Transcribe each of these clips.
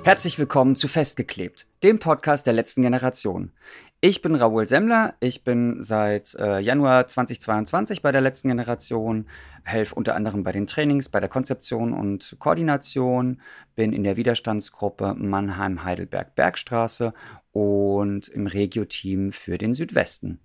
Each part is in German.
Herzlich willkommen zu Festgeklebt, dem Podcast der letzten Generation. Ich bin Raoul Semmler, ich bin seit Januar 2022 bei der letzten Generation, helfe unter anderem bei den Trainings, bei der Konzeption und Koordination, bin in der Widerstandsgruppe Mannheim-Heidelberg-Bergstraße und im Regio-Team für den Südwesten.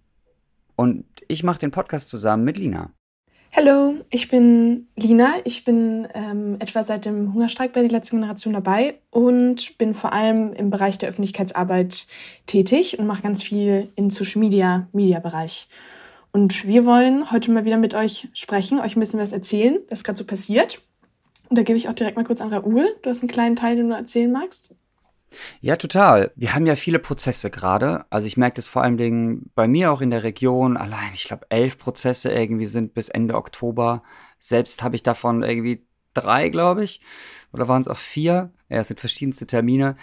Und ich mache den Podcast zusammen mit Lina. Hallo, ich bin Lina. Ich bin etwa seit dem Hungerstreik bei der letzten Generation dabei und bin vor allem im Bereich der Öffentlichkeitsarbeit tätig und mache ganz viel im Social-Media-Bereich. Und wir wollen heute mal wieder mit euch sprechen, euch ein bisschen was erzählen, was gerade so passiert. Und da gebe ich auch direkt mal kurz an Raoul. Du hast einen kleinen Teil, den du erzählen magst. Ja, total. Wir haben ja viele Prozesse gerade. Also ich merke das vor allen Dingen bei mir auch in der Region. Allein, ich glaube, 11 Prozesse irgendwie sind bis Ende Oktober. Selbst habe ich davon irgendwie 3, glaube ich. Oder waren es auch 4? Ja, es sind verschiedenste Termine.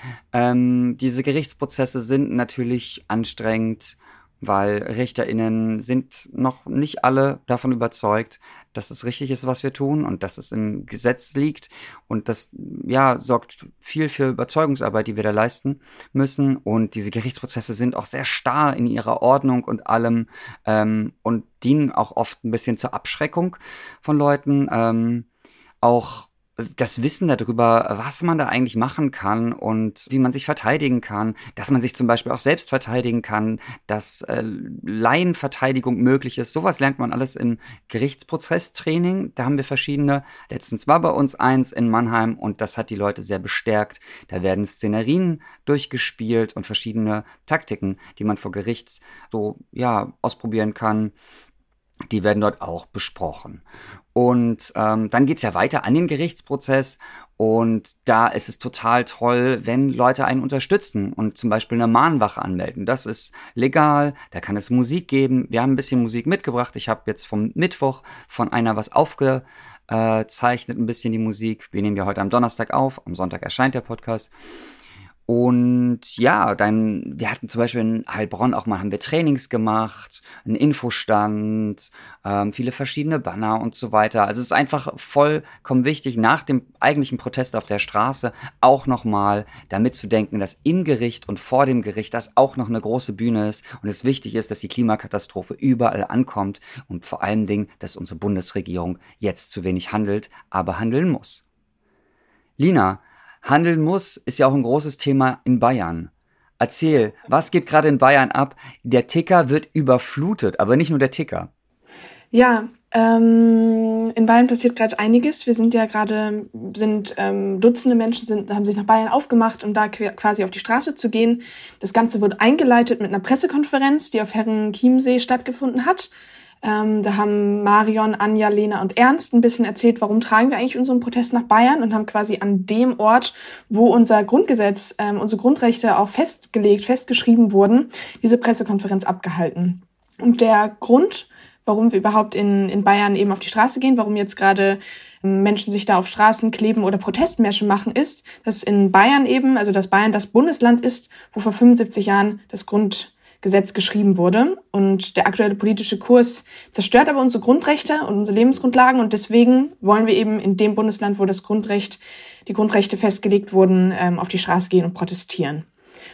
Diese Gerichtsprozesse sind natürlich anstrengend, weil RichterInnen sind noch nicht alle davon überzeugt, dass es richtig ist, was wir tun und dass es im Gesetz liegt. Und das, ja, sorgt viel für Überzeugungsarbeit, die wir da leisten müssen. Und diese Gerichtsprozesse sind auch sehr starr in ihrer Ordnung und allem und dienen auch oft ein bisschen zur Abschreckung von Leuten. Auch das Wissen darüber, was man da eigentlich machen kann und wie man sich verteidigen kann, dass man sich zum Beispiel auch selbst verteidigen kann, dass Laienverteidigung möglich ist. Sowas lernt man alles im Gerichtsprozesstraining. Da haben wir verschiedene. Letztens war bei uns eins in Mannheim und das hat die Leute sehr bestärkt. Da werden Szenerien durchgespielt und verschiedene Taktiken, die man vor Gericht so, ja, ausprobieren kann. Die werden dort auch besprochen. Und dann geht's ja weiter an den Gerichtsprozess und da ist es total toll, wenn Leute einen unterstützen und zum Beispiel eine Mahnwache anmelden. Das ist legal, da kann es Musik geben. Wir haben ein bisschen Musik mitgebracht. Ich habe jetzt vom Mittwoch von einer was aufgezeichnet, ein bisschen die Musik. Wir nehmen ja heute am Donnerstag auf, am Sonntag erscheint der Podcast. Und ja, dann, wir hatten zum Beispiel in Heilbronn auch mal, haben wir Trainings gemacht, einen Infostand, viele verschiedene Banner und so weiter. Also es ist einfach vollkommen wichtig, nach dem eigentlichen Protest auf der Straße auch nochmal damit zu denken, dass im Gericht und vor dem Gericht das auch noch eine große Bühne ist und es wichtig ist, dass die Klimakatastrophe überall ankommt und vor allen Dingen, dass unsere Bundesregierung jetzt zu wenig handelt, aber handeln muss. Lina, handeln muss, ist ja auch ein großes Thema in Bayern. Erzähl, was geht gerade in Bayern ab? Der Ticker wird überflutet, aber nicht nur der Ticker. Ja, in Bayern passiert gerade einiges. Wir sind ja gerade, Dutzende Menschen haben sich nach Bayern aufgemacht, um da quasi auf die Straße zu gehen. Das Ganze wurde eingeleitet mit einer Pressekonferenz, die auf Herrenchiemsee stattgefunden hat. Da haben Marion, Anja, Lena und Ernst ein bisschen erzählt, warum tragen wir eigentlich unseren Protest nach Bayern und haben quasi an dem Ort, wo unser Grundgesetz, unsere Grundrechte auch festgeschrieben wurden, diese Pressekonferenz abgehalten. Und der Grund, warum wir überhaupt in Bayern eben auf die Straße gehen, warum jetzt gerade Menschen sich da auf Straßen kleben oder Protestmärsche machen, ist, dass in Bayern eben, also dass Bayern das Bundesland ist, wo vor 75 Jahren das Grundgesetz geschrieben wurde. Und der aktuelle politische Kurs zerstört aber unsere Grundrechte und unsere Lebensgrundlagen. Und deswegen wollen wir eben in dem Bundesland, wo die Grundrechte festgelegt wurden, auf die Straße gehen und protestieren.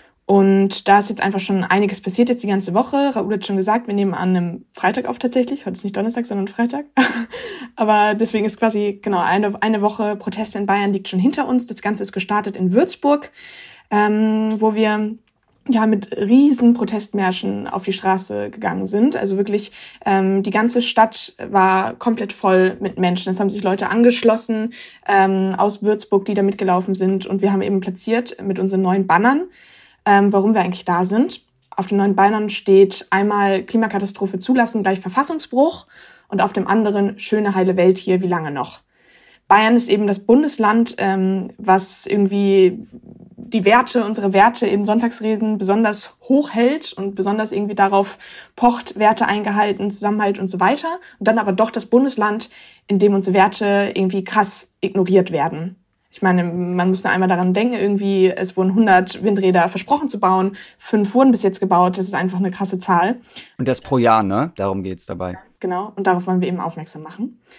Und da ist jetzt einfach schon einiges passiert jetzt die ganze Woche. Raoul hat schon gesagt, wir nehmen an einem Freitag auf tatsächlich. Heute ist nicht Donnerstag, sondern Freitag. Aber deswegen ist quasi genau eine Woche Proteste in Bayern liegt schon hinter uns. Das Ganze ist gestartet in Würzburg, wo wir mit riesen Protestmärschen auf die Straße gegangen sind. Also wirklich, die ganze Stadt war komplett voll mit Menschen. Es haben sich Leute angeschlossen aus Würzburg, die da mitgelaufen sind. Und wir haben eben platziert mit unseren neuen Bannern, warum wir eigentlich da sind. Auf den neuen Bannern steht einmal Klimakatastrophe zulassen gleich Verfassungsbruch und auf dem anderen schöne heile Welt hier, wie lange noch. Bayern ist eben das Bundesland, was irgendwie unsere Werte in Sonntagsreden besonders hoch hält und besonders irgendwie darauf pocht, Werte eingehalten, Zusammenhalt und so weiter. Und dann aber doch das Bundesland, in dem unsere Werte irgendwie krass ignoriert werden. Ich meine, man muss nur einmal daran denken, irgendwie, es wurden 100 Windräder versprochen zu bauen, 5 wurden bis jetzt gebaut, das ist einfach eine krasse Zahl. Und das pro Jahr, ne? Darum geht's dabei. Genau, und darauf wollen wir eben aufmerksam machen.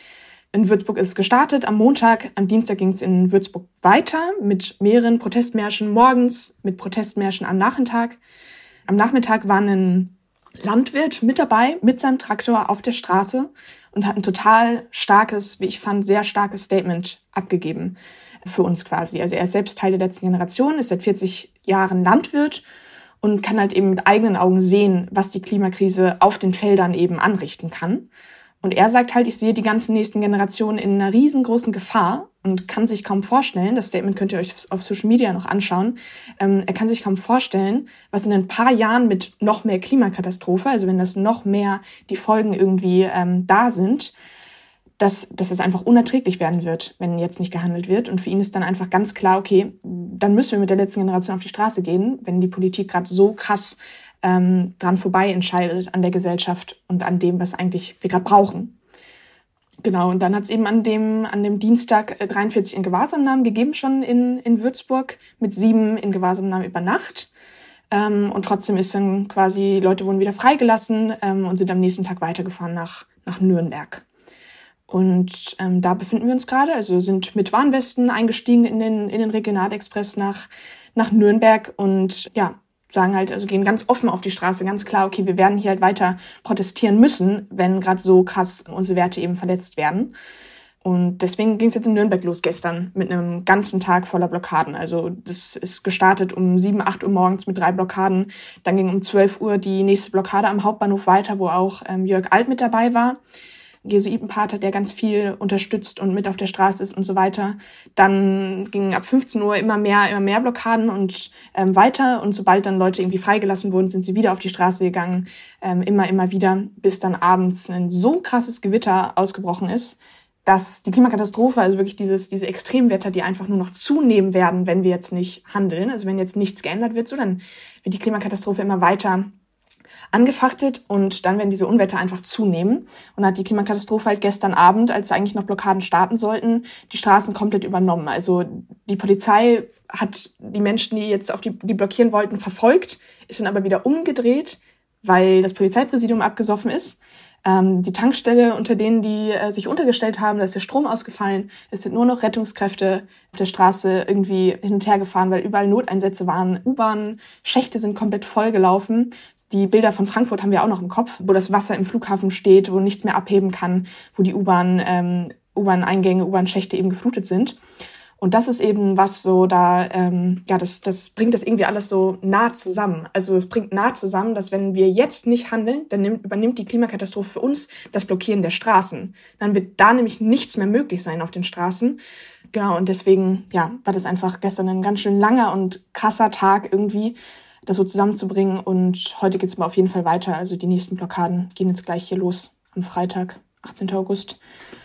In Würzburg ist es gestartet am Montag, am Dienstag ging es in Würzburg weiter mit mehreren Protestmärschen morgens, mit Protestmärschen am Nachmittag. Am Nachmittag war ein Landwirt mit dabei, mit seinem Traktor auf der Straße und hat ein total starkes, wie ich fand, sehr starkes Statement abgegeben für uns quasi. Also er ist selbst Teil der letzten Generation, ist seit 40 Jahren Landwirt und kann halt eben mit eigenen Augen sehen, was die Klimakrise auf den Feldern eben anrichten kann. Und er sagt halt, ich sehe die ganzen nächsten Generationen in einer riesengroßen Gefahr und kann sich kaum vorstellen, das Statement könnt ihr euch auf Social Media noch anschauen, er kann sich kaum vorstellen, was in ein paar Jahren mit noch mehr Klimakatastrophe, also wenn das noch mehr die Folgen irgendwie da sind, dass es einfach unerträglich werden wird, wenn jetzt nicht gehandelt wird. Und für ihn ist dann einfach ganz klar, okay, dann müssen wir mit der letzten Generation auf die Straße gehen, wenn die Politik gerade so krass dran vorbei entscheidet an der Gesellschaft und an dem, was eigentlich wir gerade brauchen. Genau, und dann hat es eben an dem Dienstag 43 in Gewahrsamnahmen gegeben, schon in Würzburg, mit 7 in Gewahrsamnahmen über Nacht. Und trotzdem ist dann quasi, Leute wurden wieder freigelassen und sind am nächsten Tag weitergefahren nach Nürnberg. Und da befinden wir uns gerade, also sind mit Warnwesten eingestiegen in den Regionalexpress nach Nürnberg und ja, sagen halt, also gehen ganz offen auf die Straße, ganz klar, okay, wir werden hier halt weiter protestieren müssen, wenn gerade so krass unsere Werte eben verletzt werden. Und deswegen ging es jetzt in Nürnberg los gestern mit einem ganzen Tag voller Blockaden. Also das ist gestartet um 7, 8 Uhr morgens mit 3 Blockaden. Dann ging um 12 Uhr die nächste Blockade am Hauptbahnhof weiter, wo auch Jörg Alt mit dabei war. Jesuitenpater, der ganz viel unterstützt und mit auf der Straße ist und so weiter. Dann gingen ab 15 Uhr immer mehr Blockaden und weiter. Und sobald dann Leute irgendwie freigelassen wurden, sind sie wieder auf die Straße gegangen. Immer wieder, bis dann abends ein so krasses Gewitter ausgebrochen ist, dass die Klimakatastrophe, also wirklich diese Extremwetter, die einfach nur noch zunehmen werden, wenn wir jetzt nicht handeln, also wenn jetzt nichts geändert wird, so dann wird die Klimakatastrophe immer weiter angefachtet und dann werden diese Unwetter einfach zunehmen. Und hat die Klimakatastrophe halt gestern Abend, als eigentlich noch Blockaden starten sollten, die Straßen komplett übernommen. Also die Polizei hat die Menschen, die jetzt die blockieren wollten, verfolgt, ist dann aber wieder umgedreht, weil das Polizeipräsidium abgesoffen ist. Die Tankstelle, unter denen die sich untergestellt haben, da ist der Strom ausgefallen. Es sind nur noch Rettungskräfte auf der Straße irgendwie hin und her gefahren, weil überall Noteinsätze waren. U-Bahn-Schächte sind komplett vollgelaufen. Die Bilder von Frankfurt haben wir auch noch im Kopf, wo das Wasser im Flughafen steht, wo nichts mehr abheben kann, wo die U-Bahn-Eingänge, U-Bahn-Schächte eben geflutet sind. Und das ist eben was so da, das bringt das irgendwie alles so nah zusammen. Also es bringt nah zusammen, dass wenn wir jetzt nicht handeln, dann übernimmt die Klimakatastrophe für uns das Blockieren der Straßen. Dann wird da nämlich nichts mehr möglich sein auf den Straßen. Genau, und deswegen, war das einfach gestern ein ganz schön langer und krasser Tag irgendwie, das so zusammenzubringen. Und heute geht's mal auf jeden Fall weiter. Also die nächsten Blockaden gehen jetzt gleich hier los am Freitag, 18. August.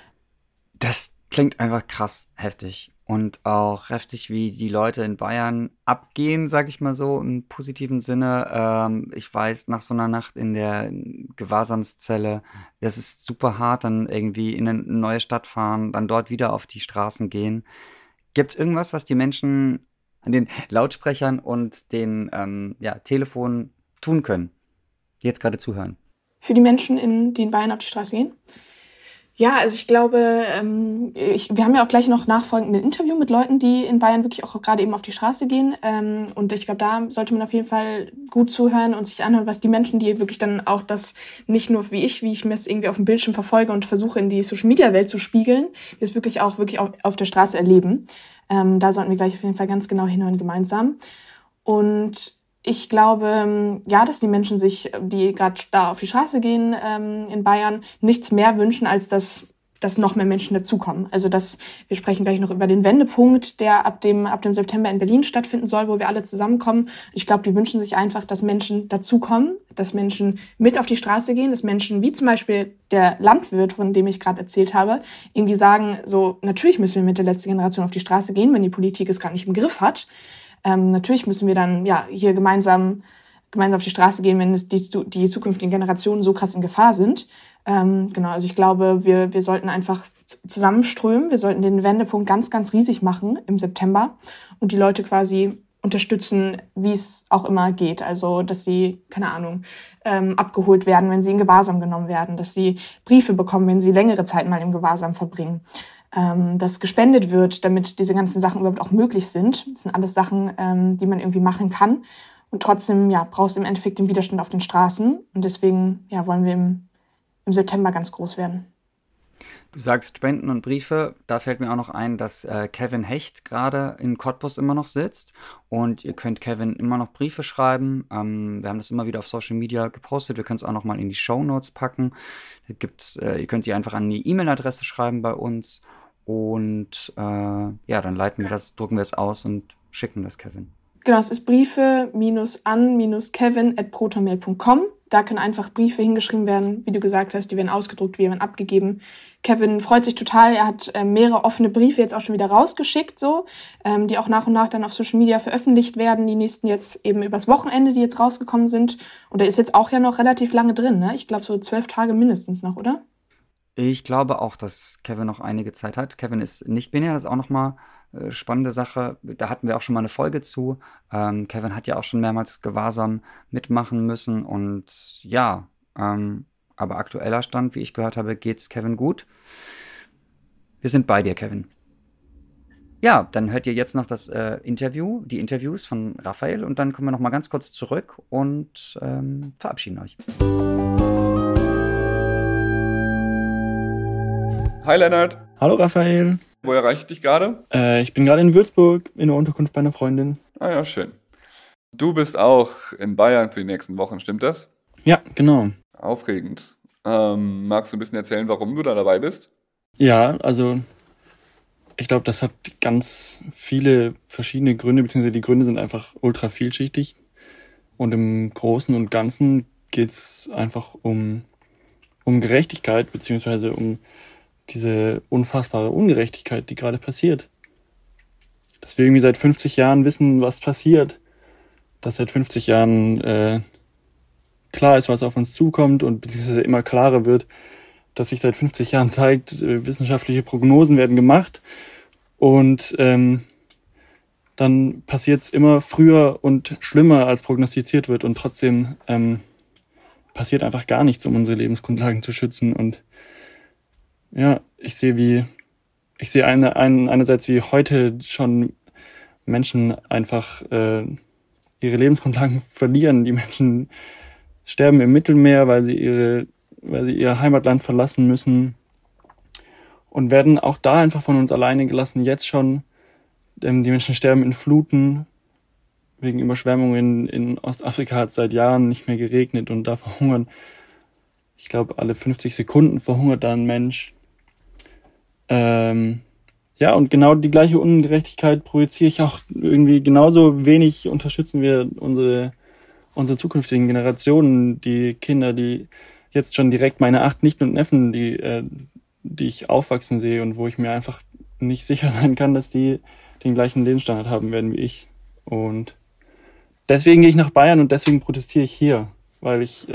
Das klingt einfach krass heftig. Und auch heftig, wie die Leute in Bayern abgehen, sag ich mal so, im positiven Sinne. Ich weiß, nach so einer Nacht in der Gewahrsamszelle, das ist super hart, dann irgendwie in eine neue Stadt fahren, dann dort wieder auf die Straßen gehen. Gibt's irgendwas, was die Menschen an den Lautsprechern und den Telefonen tun können, die jetzt gerade zuhören? Für die Menschen, die in Bayern auf die Straße gehen? Ja, also ich glaube, wir haben ja auch gleich noch nachfolgend ein Interview mit Leuten, die in Bayern wirklich auch gerade eben auf die Straße gehen. Und ich glaube, da sollte man auf jeden Fall gut zuhören und sich anhören, was die Menschen, die wirklich dann auch das nicht nur wie ich mir es irgendwie auf dem Bildschirm verfolge und versuche in die Social-Media-Welt zu spiegeln, die es wirklich auch auf der Straße erleben. Da sollten wir gleich auf jeden Fall ganz genau hinhören gemeinsam. Und ich glaube, dass die Menschen die gerade da auf die Straße gehen in Bayern, nichts mehr wünschen, als dass noch mehr Menschen dazukommen. Also wir sprechen gleich noch über den Wendepunkt, der ab dem September in Berlin stattfinden soll, wo wir alle zusammenkommen. Ich glaube, die wünschen sich einfach, dass Menschen dazukommen, dass Menschen mit auf die Straße gehen, dass Menschen wie zum Beispiel der Landwirt, von dem ich gerade erzählt habe, irgendwie sagen, so natürlich müssen wir mit der letzten Generation auf die Straße gehen, wenn die Politik es gar nicht im Griff hat. Natürlich müssen wir dann hier gemeinsam auf die Straße gehen, wenn die zukünftigen Generationen so krass in Gefahr sind. Also ich glaube, wir sollten einfach zusammenströmen. Wir sollten den Wendepunkt ganz, ganz riesig machen im September und die Leute quasi unterstützen, wie es auch immer geht. Also, dass sie, keine Ahnung, abgeholt werden, wenn sie in Gewahrsam genommen werden, dass sie Briefe bekommen, wenn sie längere Zeit mal im Gewahrsam verbringen, dass gespendet wird, damit diese ganzen Sachen überhaupt auch möglich sind. Das sind alles Sachen, die man irgendwie machen kann. Und trotzdem, ja, brauchst du im Endeffekt den Widerstand auf den Straßen. Und deswegen, ja, wollen wir im September ganz groß werden. Du sagst Spenden und Briefe, da fällt mir auch noch ein, dass Kevin Hecht gerade in Cottbus immer noch sitzt und ihr könnt Kevin immer noch Briefe schreiben. Wir haben das immer wieder auf Social Media gepostet, wir können es auch noch mal in die Shownotes packen. Ihr könnt die einfach an die E-Mail-Adresse schreiben bei uns und ja, dann drucken wir es aus und schicken das Kevin. Genau, es ist briefe-an-kevin@protonmail.com. Da können einfach Briefe hingeschrieben werden, wie du gesagt hast, die werden ausgedruckt, die werden abgegeben. Kevin freut sich total, er hat mehrere offene Briefe jetzt auch schon wieder rausgeschickt, so, die auch nach und nach dann auf Social Media veröffentlicht werden, die nächsten jetzt eben übers Wochenende, die jetzt rausgekommen sind. Und er ist jetzt auch ja noch relativ lange drin, ne? Ich glaube so 12 Tage mindestens noch, oder? Ich glaube auch, dass Kevin noch einige Zeit hat. Kevin ist nicht binär, das ist auch nochmal spannende Sache. Da hatten wir auch schon mal eine Folge zu. Kevin hat ja auch schon mehrmals Gewahrsam mitmachen müssen und ja, aber aktueller Stand, wie ich gehört habe, geht's Kevin gut. Wir sind bei dir, Kevin. Ja, dann hört ihr jetzt noch das die Interviews von Raphael und dann kommen wir noch mal ganz kurz zurück und verabschieden euch. Hi Lennart, Hallo Raphael, wo erreiche ich dich gerade? ich bin gerade in Würzburg in der Unterkunft bei einer Freundin. Ah ja, schön. Du bist auch in Bayern für die nächsten Wochen, stimmt das? Ja, genau. Aufregend. Magst du ein bisschen erzählen, warum du da dabei bist? Ja, also ich glaube, das hat ganz viele verschiedene Gründe, beziehungsweise die Gründe sind einfach ultra vielschichtig. Und im Großen und Ganzen geht's einfach um Gerechtigkeit, beziehungsweise um diese unfassbare Ungerechtigkeit, die gerade passiert. Dass wir irgendwie seit 50 Jahren wissen, was passiert. Dass seit 50 Jahren klar ist, was auf uns zukommt und beziehungsweise immer klarer wird, dass sich seit 50 Jahren zeigt, wissenschaftliche Prognosen werden gemacht und dann passiert es immer früher und schlimmer, als prognostiziert wird und trotzdem passiert einfach gar nichts, um unsere Lebensgrundlagen zu schützen. Und ja, ich sehe einerseits, wie heute schon Menschen einfach ihre Lebensgrundlagen verlieren. Die Menschen sterben im Mittelmeer, weil sie ihr Heimatland verlassen müssen und werden auch da einfach von uns alleine gelassen. Jetzt schon, die Menschen sterben in Fluten. Wegen Überschwemmungen in Ostafrika hat es seit Jahren nicht mehr geregnet und da verhungern, ich glaube, alle 50 Sekunden verhungert da ein Mensch. Ja, und genau die gleiche Ungerechtigkeit projiziere ich auch irgendwie. Genauso wenig unterstützen wir unsere zukünftigen Generationen, die Kinder, die jetzt schon direkt meine 8 Nichten und Neffen, die ich aufwachsen sehe und wo ich mir einfach nicht sicher sein kann, dass die den gleichen Lebensstandard haben werden wie ich. Und deswegen gehe ich nach Bayern und deswegen protestiere ich hier, weil ich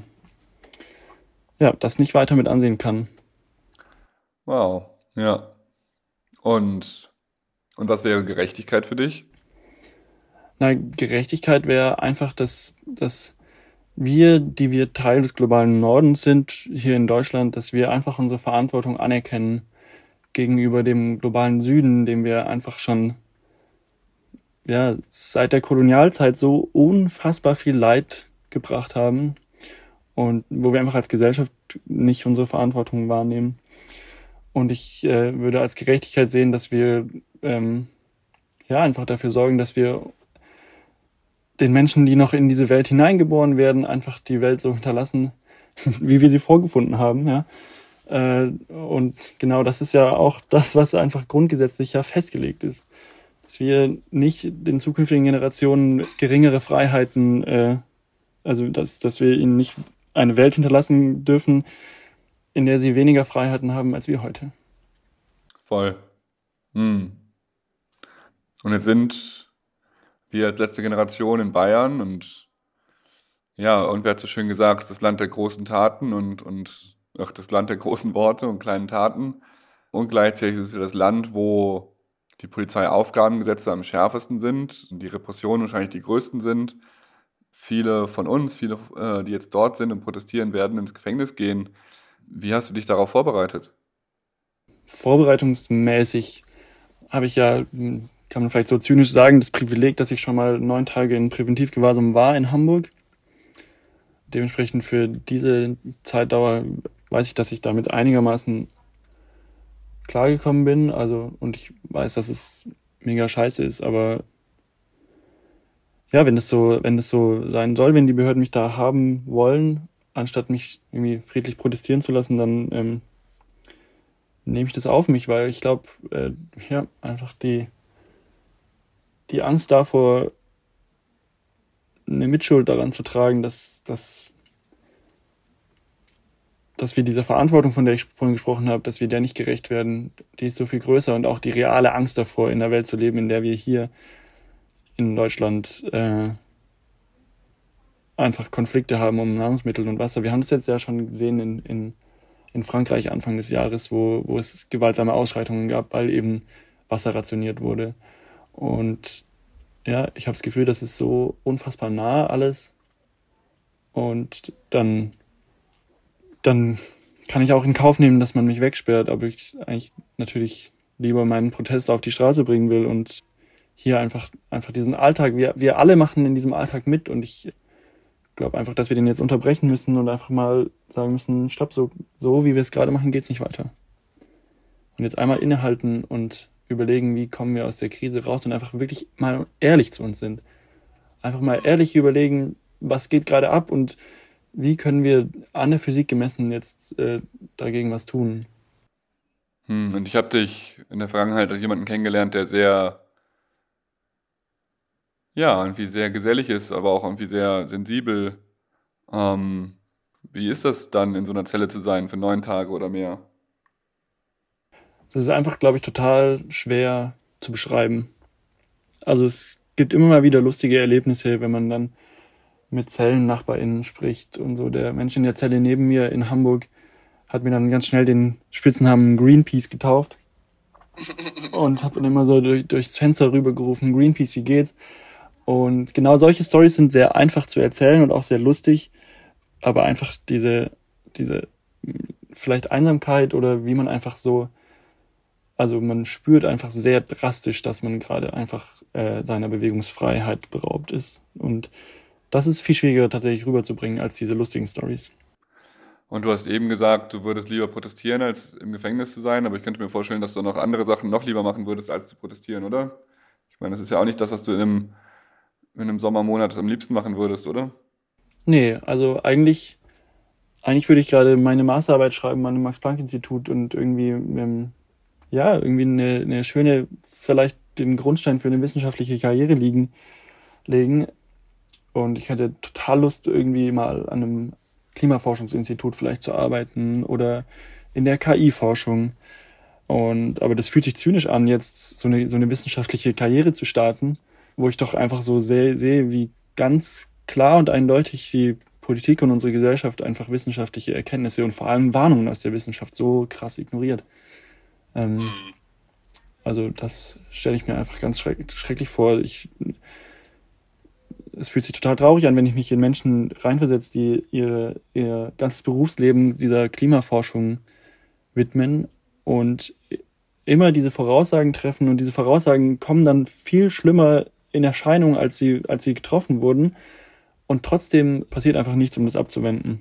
das nicht weiter mit ansehen kann. Wow, ja. Und was wäre Gerechtigkeit für dich? Na, Gerechtigkeit wäre einfach, dass wir, die wir Teil des globalen Nordens sind, hier in Deutschland, dass wir einfach unsere Verantwortung anerkennen gegenüber dem globalen Süden, dem wir einfach schon seit der Kolonialzeit so unfassbar viel Leid gebracht haben und wo wir einfach als Gesellschaft nicht unsere Verantwortung wahrnehmen. Und ich würde als Gerechtigkeit sehen, dass wir einfach dafür sorgen, dass wir den Menschen, die noch in diese Welt hineingeboren werden, einfach die Welt so hinterlassen, wie wir sie vorgefunden haben. Ja? Und genau das ist ja auch das, was einfach grundgesetzlich ja festgelegt ist. Dass wir nicht den zukünftigen Generationen geringere Freiheiten, dass wir ihnen nicht eine Welt hinterlassen dürfen, in der sie weniger Freiheiten haben als wir heute. Voll. Und jetzt sind wir als letzte Generation in Bayern und ja, und wer hat so schön gesagt, es ist das Land der großen Taten und auch das Land der großen Worte und kleinen Taten. Und gleichzeitig ist es das Land, wo die Polizeiaufgabengesetze am schärfsten sind und die Repressionen wahrscheinlich die größten sind. Viele von uns, die jetzt dort sind und protestieren, werden ins Gefängnis gehen. Wie hast du dich darauf vorbereitet? Vorbereitungsmäßig habe ich ja, kann man vielleicht so zynisch sagen, das Privileg, dass ich schon mal 9 Tage in Präventivgewahrsam war in Hamburg. Dementsprechend für diese Zeitdauer weiß ich, dass ich damit einigermaßen klargekommen bin. Also, und ich weiß, dass es mega scheiße ist, aber ja, wenn es so sein soll, wenn die Behörden mich da haben wollen, anstatt mich irgendwie friedlich protestieren zu lassen, dann nehme ich das auf mich, weil ich glaube, ja, einfach die Angst davor, eine Mitschuld daran zu tragen, dass wir dieser Verantwortung, von der ich vorhin gesprochen habe, dass wir der nicht gerecht werden, die ist so viel größer, und auch die reale Angst davor, in der Welt zu leben, in der wir hier in Deutschland einfach Konflikte haben um Nahrungsmittel und Wasser. Wir haben das jetzt ja schon gesehen in Frankreich Anfang des Jahres, wo es gewaltsame Ausschreitungen gab, weil eben Wasser rationiert wurde. Und ja, ich habe das Gefühl, das ist so unfassbar nah alles. Und dann kann ich auch in Kauf nehmen, dass man mich wegsperrt, aber ich eigentlich natürlich lieber meinen Protest auf die Straße bringen will und hier einfach diesen Alltag, wir alle machen in diesem Alltag mit, und ich glaube einfach, dass wir den jetzt unterbrechen müssen und einfach mal sagen müssen, stopp, so wie wir es gerade machen, geht's nicht weiter. Und jetzt einmal innehalten und überlegen, wie kommen wir aus der Krise raus, und einfach wirklich mal ehrlich zu uns sind. Einfach mal ehrlich überlegen, was geht gerade ab und wie können wir an der Physik gemessen jetzt dagegen was tun. Und ich habe dich in der Vergangenheit als jemanden kennengelernt, der sehr, ja, irgendwie sehr gesellig ist, aber auch irgendwie sehr sensibel. Wie ist das dann, in so einer Zelle zu sein für 9 Tage oder mehr? Das ist einfach, glaube ich, total schwer zu beschreiben. Also es gibt immer mal wieder lustige Erlebnisse, wenn man dann mit ZellennachbarInnen spricht und so. Der Mensch in der Zelle neben mir in Hamburg hat mir dann ganz schnell den Spitznamen Greenpeace getauft und hat dann immer so durchs Fenster rübergerufen, Greenpeace, wie geht's? Und genau solche Storys sind sehr einfach zu erzählen und auch sehr lustig, aber einfach diese vielleicht Einsamkeit oder wie man einfach so, also man spürt einfach sehr drastisch, dass man gerade einfach seiner Bewegungsfreiheit beraubt ist. Und das ist viel schwieriger tatsächlich rüberzubringen als diese lustigen Stories. Und du hast eben gesagt, du würdest lieber protestieren, als im Gefängnis zu sein, aber ich könnte mir vorstellen, dass du noch andere Sachen noch lieber machen würdest, als zu protestieren, oder? Ich meine, das ist ja auch nicht das, was du in einem Sommermonat am liebsten machen würdest, oder? Nee, also eigentlich würde ich gerade meine Masterarbeit schreiben an dem Max-Planck-Institut und irgendwie, irgendwie eine schöne, vielleicht den Grundstein für eine wissenschaftliche Karriere legen. Und ich hätte total Lust, irgendwie mal an einem Klimaforschungsinstitut vielleicht zu arbeiten oder in der KI-Forschung. Aber das fühlt sich zynisch an, jetzt so eine wissenschaftliche Karriere zu starten, wo ich doch einfach so sehe, wie ganz klar und eindeutig die Politik und unsere Gesellschaft einfach wissenschaftliche Erkenntnisse und vor allem Warnungen aus der Wissenschaft so krass ignoriert. Also das stelle ich mir einfach ganz schrecklich vor. Es fühlt sich total traurig an, wenn ich mich in Menschen reinversetze, die ihr ganzes Berufsleben dieser Klimaforschung widmen und immer diese Voraussagen treffen, und diese Voraussagen kommen dann viel schlimmer in Erscheinung, als sie getroffen wurden, und trotzdem passiert einfach nichts, um das abzuwenden.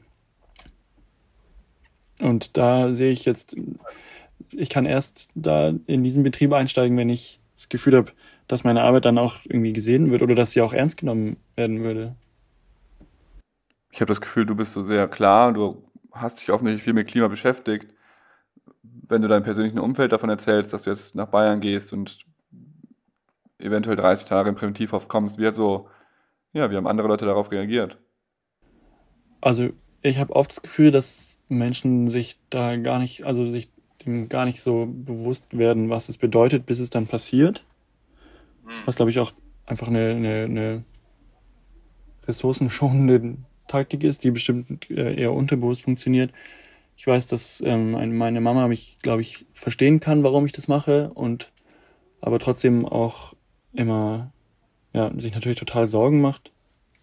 Und da sehe ich jetzt, ich kann erst da in diesen Betrieb einsteigen, wenn ich das Gefühl habe, dass meine Arbeit dann auch irgendwie gesehen wird oder dass sie auch ernst genommen werden würde. Ich habe das Gefühl, du bist so sehr klar, du hast dich offensichtlich viel mit Klima beschäftigt. Wenn du deinem persönlichen Umfeld davon erzählst, dass du jetzt nach Bayern gehst und eventuell 30 Tage in Präventivhaft kommst, wie haben andere Leute darauf reagiert? Also ich habe oft das Gefühl, dass Menschen sich dem gar nicht so bewusst werden, was es bedeutet, bis es dann passiert. Was, glaube ich, auch einfach eine ressourcenschonende Taktik ist, die bestimmt eher unterbewusst funktioniert. Ich weiß, dass meine Mama mich, glaube ich, verstehen kann, warum ich das mache, und aber trotzdem auch immer sich natürlich total Sorgen macht.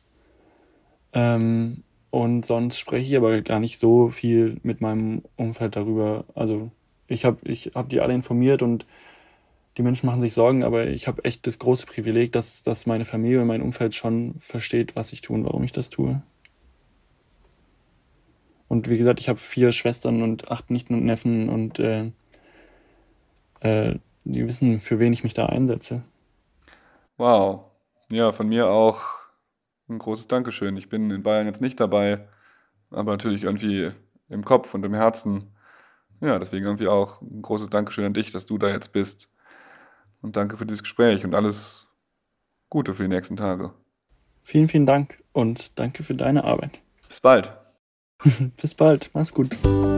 Und sonst spreche ich aber gar nicht so viel mit meinem Umfeld darüber. Also ich hab die alle informiert und die Menschen machen sich Sorgen, aber ich habe echt das große Privileg, dass meine Familie und mein Umfeld schon versteht, was ich tue und warum ich das tue. Und wie gesagt, ich habe 4 Schwestern und 8 Nichten und Neffen und die wissen, für wen ich mich da einsetze. Wow. Ja, von mir auch ein großes Dankeschön. Ich bin in Bayern jetzt nicht dabei, aber natürlich irgendwie im Kopf und im Herzen. Ja, deswegen irgendwie auch ein großes Dankeschön an dich, dass du da jetzt bist. Und danke für dieses Gespräch und alles Gute für die nächsten Tage. Vielen, vielen Dank und danke für deine Arbeit. Bis bald. Bis bald, mach's gut.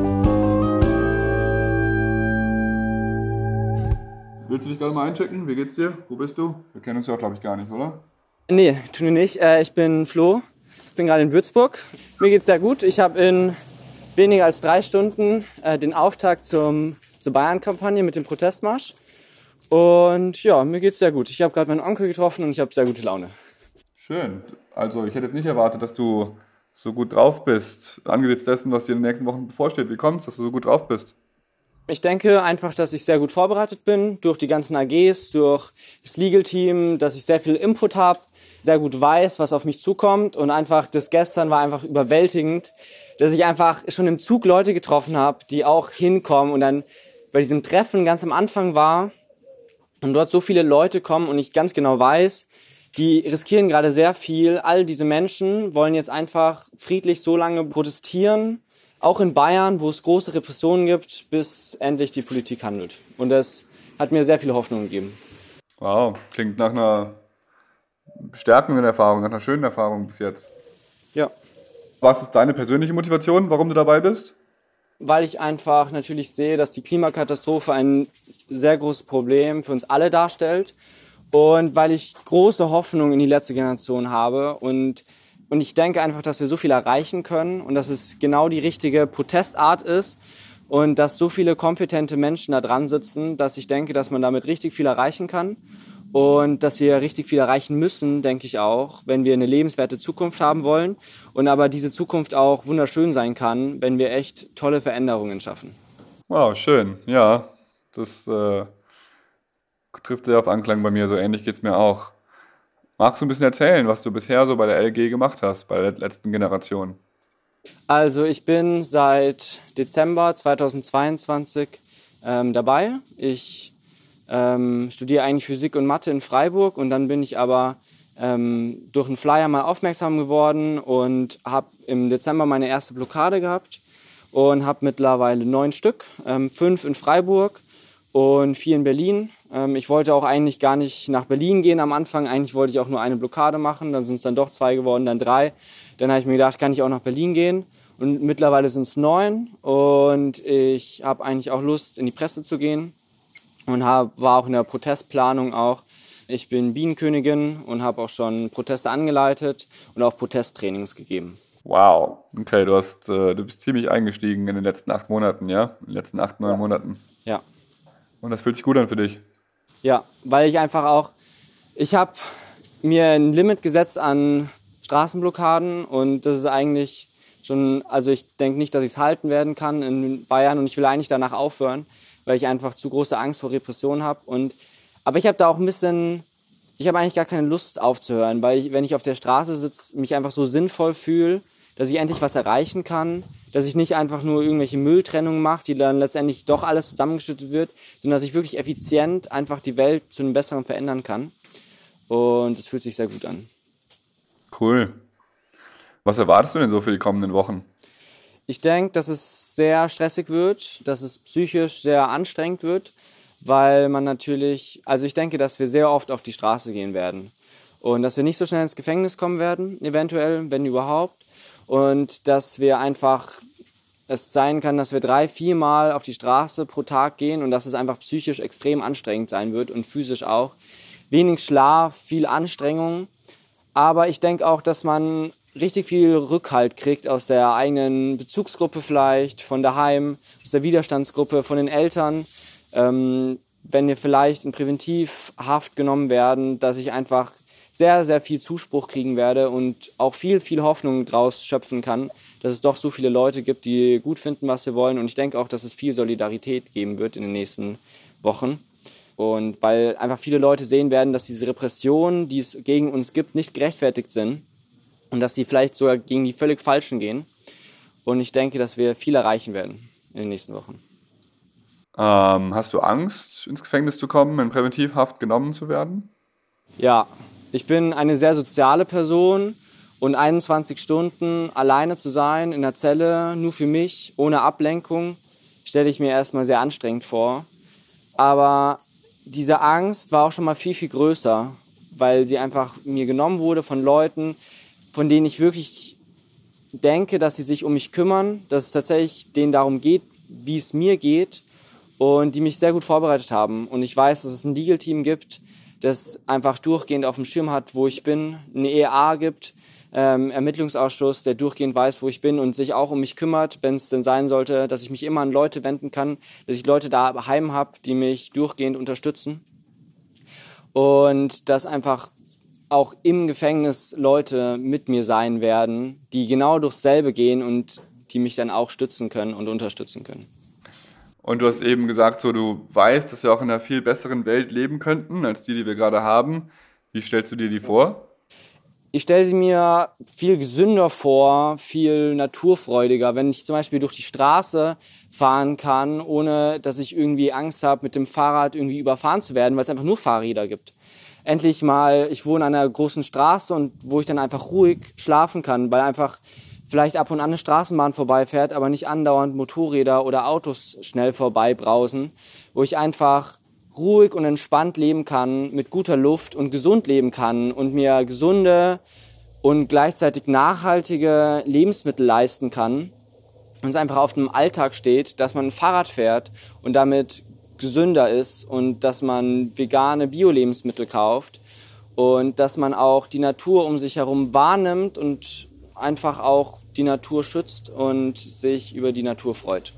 Willst du dich gerade mal einchecken? Wie geht's dir? Wo bist du? Wir kennen uns ja auch, glaube ich, gar nicht, oder? Nee, tun wir nicht. Ich bin Flo. Ich bin gerade in Würzburg. Mir geht's sehr gut. Ich habe in weniger als 3 Stunden den Auftakt zur Bayern-Kampagne mit dem Protestmarsch. Und ja, mir geht's sehr gut. Ich habe gerade meinen Onkel getroffen und ich habe sehr gute Laune. Schön. Also ich hätte jetzt nicht erwartet, dass du so gut drauf bist, angesichts dessen, was dir in den nächsten Wochen bevorsteht. Wie kommt's, dass du so gut drauf bist? Ich denke einfach, dass ich sehr gut vorbereitet bin, durch die ganzen AGs, durch das Legal-Team, dass ich sehr viel Input habe, sehr gut weiß, was auf mich zukommt. Und einfach das gestern war einfach überwältigend, dass ich einfach schon im Zug Leute getroffen habe, die auch hinkommen. Und dann bei diesem Treffen ganz am Anfang war und dort so viele Leute kommen und ich ganz genau weiß, die riskieren gerade sehr viel. All diese Menschen wollen jetzt einfach friedlich so lange protestieren, auch in Bayern, wo es große Repressionen gibt, bis endlich die Politik handelt. Und das hat mir sehr viel Hoffnung gegeben. Wow, klingt nach einer bestärkenden Erfahrung, nach einer schönen Erfahrung bis jetzt. Ja. Was ist deine persönliche Motivation, warum du dabei bist? Weil ich einfach natürlich sehe, dass die Klimakatastrophe ein sehr großes Problem für uns alle darstellt. Und weil ich große Hoffnung in die letzte Generation habe und ich denke einfach, dass wir so viel erreichen können und dass es genau die richtige Protestart ist und dass so viele kompetente Menschen da dran sitzen, dass ich denke, dass man damit richtig viel erreichen kann und dass wir richtig viel erreichen müssen, denke ich auch, wenn wir eine lebenswerte Zukunft haben wollen und aber diese Zukunft auch wunderschön sein kann, wenn wir echt tolle Veränderungen schaffen. Wow, schön. Ja, das trifft sehr auf Anklang bei mir, so ähnlich geht's mir auch. Magst du ein bisschen erzählen, was du bisher so bei der LG gemacht hast, bei der letzten Generation? Also ich bin seit Dezember 2022 dabei. Ich studiere eigentlich Physik und Mathe in Freiburg und dann bin ich aber durch einen Flyer mal aufmerksam geworden und habe im Dezember meine erste Blockade gehabt und habe mittlerweile 9 Stück, 5 in Freiburg und 4 in Berlin. Ich wollte auch eigentlich gar nicht nach Berlin gehen am Anfang. Eigentlich wollte ich auch nur eine Blockade machen. Dann sind es dann doch 2 geworden, dann 3. Dann habe ich mir gedacht, kann ich auch nach Berlin gehen. Und mittlerweile sind es 9. Und ich habe eigentlich auch Lust, in die Presse zu gehen. Und war auch in der Protestplanung auch. Ich bin Bienenkönigin und habe auch schon Proteste angeleitet und auch Protesttrainings gegeben. Wow, okay, du bist ziemlich eingestiegen in den letzten 8 Monaten, ja? In den letzten 8, 9 Monaten. Ja. Und das fühlt sich gut an für dich? Ja, weil ich einfach auch, ich habe mir ein Limit gesetzt an Straßenblockaden und das ist eigentlich schon, also ich denke nicht, dass ich es halten werden kann in Bayern und ich will eigentlich danach aufhören, weil ich einfach zu große Angst vor Repression habe. Aber ich habe da auch ein bisschen, ich habe eigentlich gar keine Lust aufzuhören, weil ich, wenn ich auf der Straße sitze, mich einfach so sinnvoll fühle, dass ich endlich was erreichen kann, dass ich nicht einfach nur irgendwelche Mülltrennungen mache, die dann letztendlich doch alles zusammengeschüttet wird, sondern dass ich wirklich effizient einfach die Welt zu einem Besseren verändern kann. Und es fühlt sich sehr gut an. Cool. Was erwartest du denn so für die kommenden Wochen? Ich denke, dass es sehr stressig wird, dass es psychisch sehr anstrengend wird, weil man natürlich, also ich denke, dass wir sehr oft auf die Straße gehen werden und dass wir nicht so schnell ins Gefängnis kommen werden, eventuell, wenn überhaupt. Und dass wir einfach, es sein kann, dass wir 3, 4 Mal auf die Straße pro Tag gehen und dass es einfach psychisch extrem anstrengend sein wird und physisch auch. Wenig Schlaf, viel Anstrengung. Aber ich denke auch, dass man richtig viel Rückhalt kriegt aus der eigenen Bezugsgruppe vielleicht, von daheim, aus der Widerstandsgruppe, von den Eltern. wenn wir vielleicht in Präventivhaft genommen werden, dass ich einfach sehr, sehr viel Zuspruch kriegen werde und auch viel, viel Hoffnung draus schöpfen kann, dass es doch so viele Leute gibt, die gut finden, was sie wollen. Und ich denke auch, dass es viel Solidarität geben wird in den nächsten Wochen. Und weil einfach viele Leute sehen werden, dass diese Repressionen, die es gegen uns gibt, nicht gerechtfertigt sind und dass sie vielleicht sogar gegen die völlig Falschen gehen. Und ich denke, dass wir viel erreichen werden in den nächsten Wochen. Hast du Angst, ins Gefängnis zu kommen, in Präventivhaft genommen zu werden? Ja, ich bin eine sehr soziale Person und 21 Stunden alleine zu sein in der Zelle, nur für mich, ohne Ablenkung, stelle ich mir erstmal sehr anstrengend vor. Aber diese Angst war auch schon mal viel, viel größer, weil sie einfach mir genommen wurde von Leuten, von denen ich wirklich denke, dass sie sich um mich kümmern, dass es tatsächlich denen darum geht, wie es mir geht und die mich sehr gut vorbereitet haben. Und ich weiß, dass es ein Legal-Team gibt, das einfach durchgehend auf dem Schirm hat, wo ich bin, eine EA gibt, Ermittlungsausschuss, der durchgehend weiß, wo ich bin und sich auch um mich kümmert, wenn es denn sein sollte, dass ich mich immer an Leute wenden kann, dass ich Leute daheim habe, die mich durchgehend unterstützen und dass einfach auch im Gefängnis Leute mit mir sein werden, die genau durchs selbe gehen und die mich dann auch stützen können und unterstützen können. Und du hast eben gesagt, so du weißt, dass wir auch in einer viel besseren Welt leben könnten, als die wir gerade haben. Wie stellst du dir die vor? Ich stelle sie mir viel gesünder vor, viel naturfreudiger, wenn ich zum Beispiel durch die Straße fahren kann, ohne dass ich irgendwie Angst habe, mit dem Fahrrad irgendwie überfahren zu werden, weil es einfach nur Fahrräder gibt. Endlich mal, ich wohne an einer großen Straße und wo ich dann einfach ruhig schlafen kann, weil einfach vielleicht ab und an eine Straßenbahn vorbeifährt, aber nicht andauernd Motorräder oder Autos schnell vorbeibrausen, wo ich einfach ruhig und entspannt leben kann, mit guter Luft und gesund leben kann und mir gesunde und gleichzeitig nachhaltige Lebensmittel leisten kann und es einfach auf dem Alltag steht, dass man ein Fahrrad fährt und damit gesünder ist und dass man vegane Bio-Lebensmittel kauft und dass man auch die Natur um sich herum wahrnimmt und einfach auch die Natur schützt und sich über die Natur freut.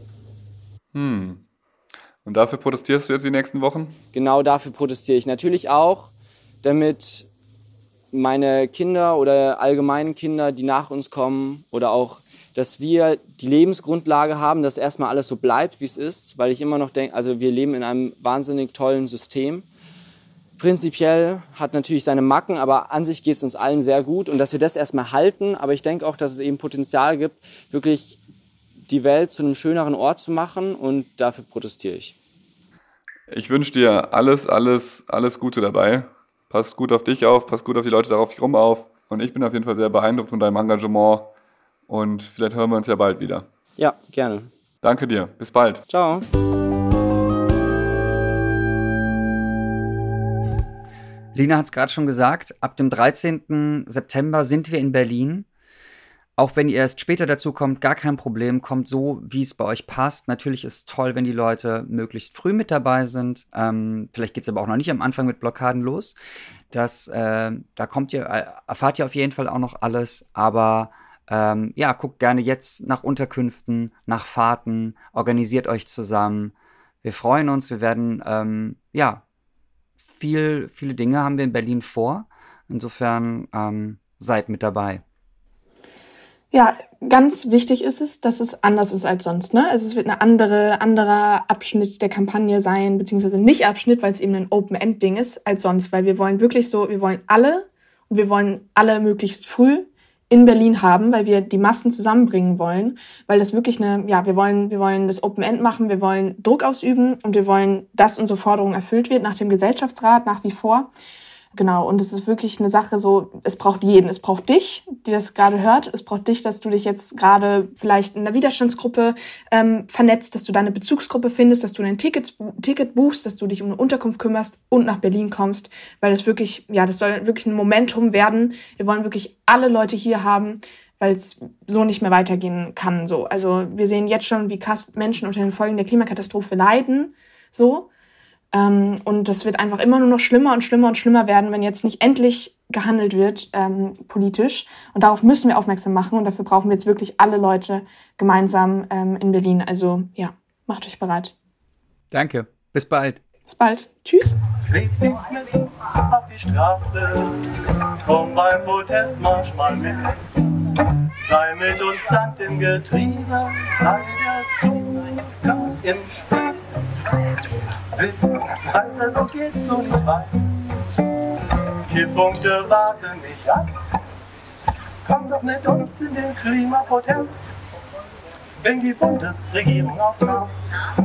Und dafür protestierst du jetzt die nächsten Wochen? Genau dafür protestiere ich. Natürlich auch, damit meine Kinder oder allgemeinen Kinder, die nach uns kommen, oder auch, dass wir die Lebensgrundlage haben, dass erstmal alles so bleibt, wie es ist, weil ich immer noch denke, also wir leben in einem wahnsinnig tollen System. Prinzipiell hat natürlich seine Macken, aber an sich geht es uns allen sehr gut und dass wir das erstmal halten. Aber ich denke auch, dass es eben Potenzial gibt, wirklich die Welt zu einem schöneren Ort zu machen und dafür protestiere ich. Ich wünsche dir alles Gute dabei. Pass gut auf dich auf, pass gut auf die Leute darauf rum auf. Und ich bin auf jeden Fall sehr beeindruckt von deinem Engagement und vielleicht hören wir uns ja bald wieder. Ja, gerne. Danke dir, bis bald. Ciao. Lina hat es gerade schon gesagt, ab dem 13. September sind wir in Berlin. Auch wenn ihr erst später dazu kommt, gar kein Problem, kommt so, wie es bei euch passt. Natürlich ist es toll, wenn die Leute möglichst früh mit dabei sind. Vielleicht geht es aber auch noch nicht am Anfang mit Blockaden los. Da erfahrt ihr auf jeden Fall auch noch alles. Aber guckt gerne jetzt nach Unterkünften, nach Fahrten, organisiert euch zusammen. Wir freuen uns, wir werden, viele Dinge haben wir in Berlin vor. Insofern seid mit dabei. Ja, ganz wichtig ist es, dass es anders ist als sonst, ne? Also es wird ein anderer Abschnitt der Kampagne sein, beziehungsweise nicht Abschnitt, weil es eben ein Open-End-Ding ist, als sonst, weil wir wollen alle möglichst früh in Berlin haben, weil wir die Massen zusammenbringen wollen, weil das wirklich wir wollen das Open-End machen, wir wollen Druck ausüben und wir wollen, dass unsere Forderung erfüllt wird nach dem Gesellschaftsrat nach wie vor. Genau, und es ist wirklich eine Sache so, es braucht jeden. Es braucht dich, die das gerade hört. Es braucht dich, dass du dich jetzt gerade vielleicht in einer Widerstandsgruppe vernetzt, dass du deine Bezugsgruppe findest, dass du dein Ticket buchst, dass du dich um eine Unterkunft kümmerst und nach Berlin kommst, weil das wirklich, das soll wirklich ein Momentum werden. Wir wollen wirklich alle Leute hier haben, weil es so nicht mehr weitergehen kann. So, also wir sehen jetzt schon, wie krass Menschen unter den Folgen der Klimakatastrophe leiden, so. Und das wird einfach immer nur noch schlimmer und schlimmer und schlimmer werden, wenn jetzt nicht endlich gehandelt wird politisch. Und darauf müssen wir aufmerksam machen. Und dafür brauchen wir jetzt wirklich alle Leute gemeinsam in Berlin. Also macht euch bereit. Danke. Bis bald. Bis bald. Tschüss. Leg dich mit uns auf die Straße, komm beim Protestmarsch mal mit. Sei mit uns Sand im Getriebe, sei der Zucker im Spiel. Alter, so geht's so nicht weit. Kipppunkte warten nicht ab. Komm doch mit uns in den Klimaprotest. Bring die Bundesregierung auf Trab.